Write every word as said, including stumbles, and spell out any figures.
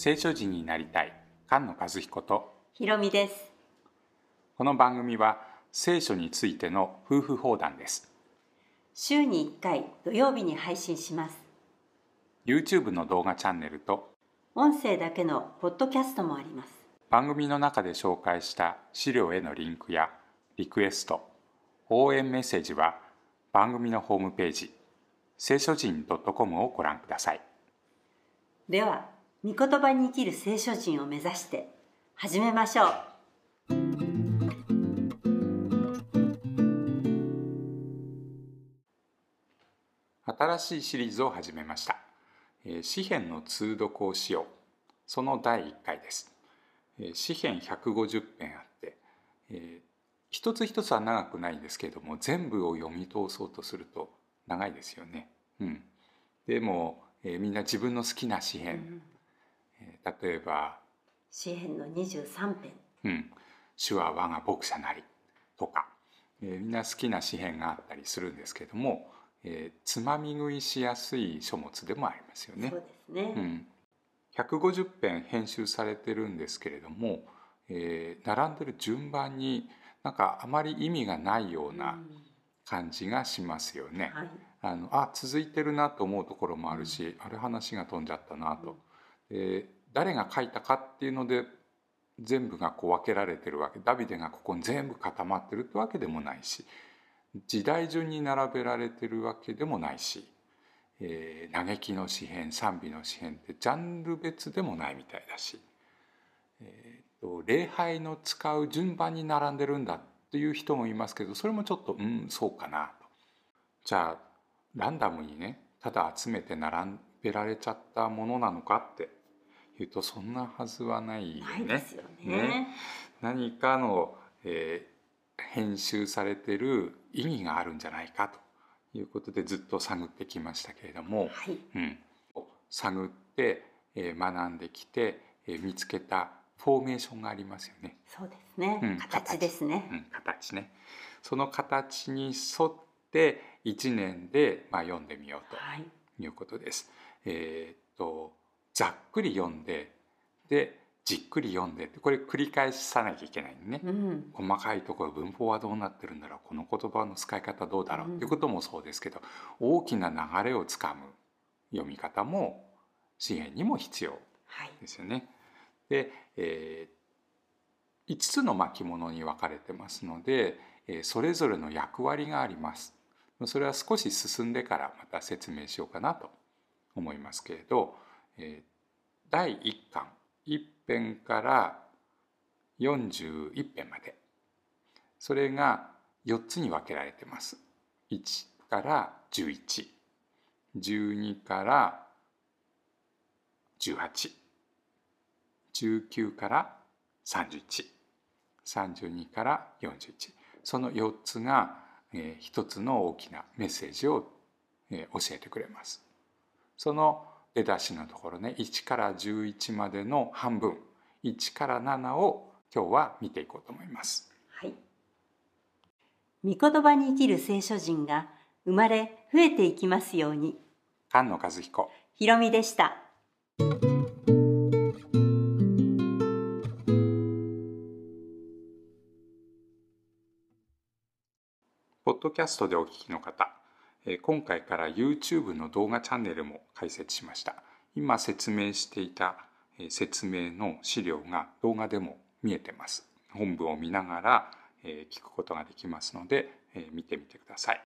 聖書人になりたい菅野和彦とひろみです。 この番組は聖書についての夫婦放談です。 週にいっかい土曜日に配信します。 YouTube の動画チャンネルと音声だけのポッドキャストもあります。 番組の中で紹介した資料へのリンクやリクエスト、応援メッセージは番組のホームページ聖書人 .com をご覧ください。 では、御言葉に生きる聖書人を目指して始めましょう。 新しいシリーズを始めました。詩編の通読をしよう。そのだいいっかいです。詩編ひゃくごじゅっぺんあって、えー、一つ一つは長くないんですけれども、全部を読み通そうとすると長いですよね。うん、でも、えー、みんな自分の好きな詩編、うんえー、例えば詩編のにじゅうさんぺん、 うん、主は我が牧者なりとか、えー、みんな好きな詩編があったりするんですけれども、えー、つまみ食いしやすい書物でもありますよね。 そうですね、 うんひゃくごじゅっぺん編集されてるんですけれども、えー、並んでる順番になんかあまり意味がないような感じがしますよね。 うんはい、 あのあ続いてるなと思うところもあるし、うん、あれ話が飛んじゃったなと、うんで誰が書いたかっていうので全部がこう分けられてるわけ、ダビデがここに全部固まってるってわけでもないし、時代順に並べられてるわけでもないし、えー、嘆きの詩編、賛美の詩編ってジャンル別でもないみたいだし、えー、と礼拝の使う順番に並んでるんだっていう人もいますけど、それもちょっとうんそうかなと。じゃあランダムにねただ集めて並べられちゃったものなのかっていうと、そんなはずはないよね。 ないですよね。 ね何かの、えー、編集されてる意義があるんじゃないかということでずっと探ってきましたけれども、 はいうん、探って、えー、学んできて、えー、見つけたフォーメーションがありますよね。 そうですね、うん、形ですね、 うん、形ね。その形に沿っていちねんで、まあ、読んでみようということです。はい、えー、っとざっくり読んででじっくり読んで、これ繰り返さなきゃいけないね、うん、細かいところ文法はどうなってるんだろう、この言葉の使い方どうだろう、うん、ということもそうですけど、大きな流れをつかむ読み方も詩編にも必要ですよね。はい、で、えー、いつつの巻物に分かれてますので、えー、それぞれの役割があります。それは少し進んでからまた説明しようかなと思いますけれど、えー、だいいっかんいっぺんからよんじゅういっぺんまで、それがよっつに分けられてます。いちからじゅういち、じゅうにからじゅうはち、じゅうきゅうからさんじゅういち、さんじゅうにからよんじゅういち、そのよっつが、えー、ひとつの大きなメッセージを、えー、教えてくれます。その出だしのところね、いちからじゅういちまでの半分、いちからななを今日は見ていこうと思います。 はい。御言葉に生きる聖書人が生まれ増えていきますように。 菅野和彦、 ひろみでした。 ポッドキャストでお聞きの方、今回から YouTube の動画チャンネルも開設しました。今説明していた説明の資料が動画でも見えてます。本文を見ながら聞くことができますので見てみてください。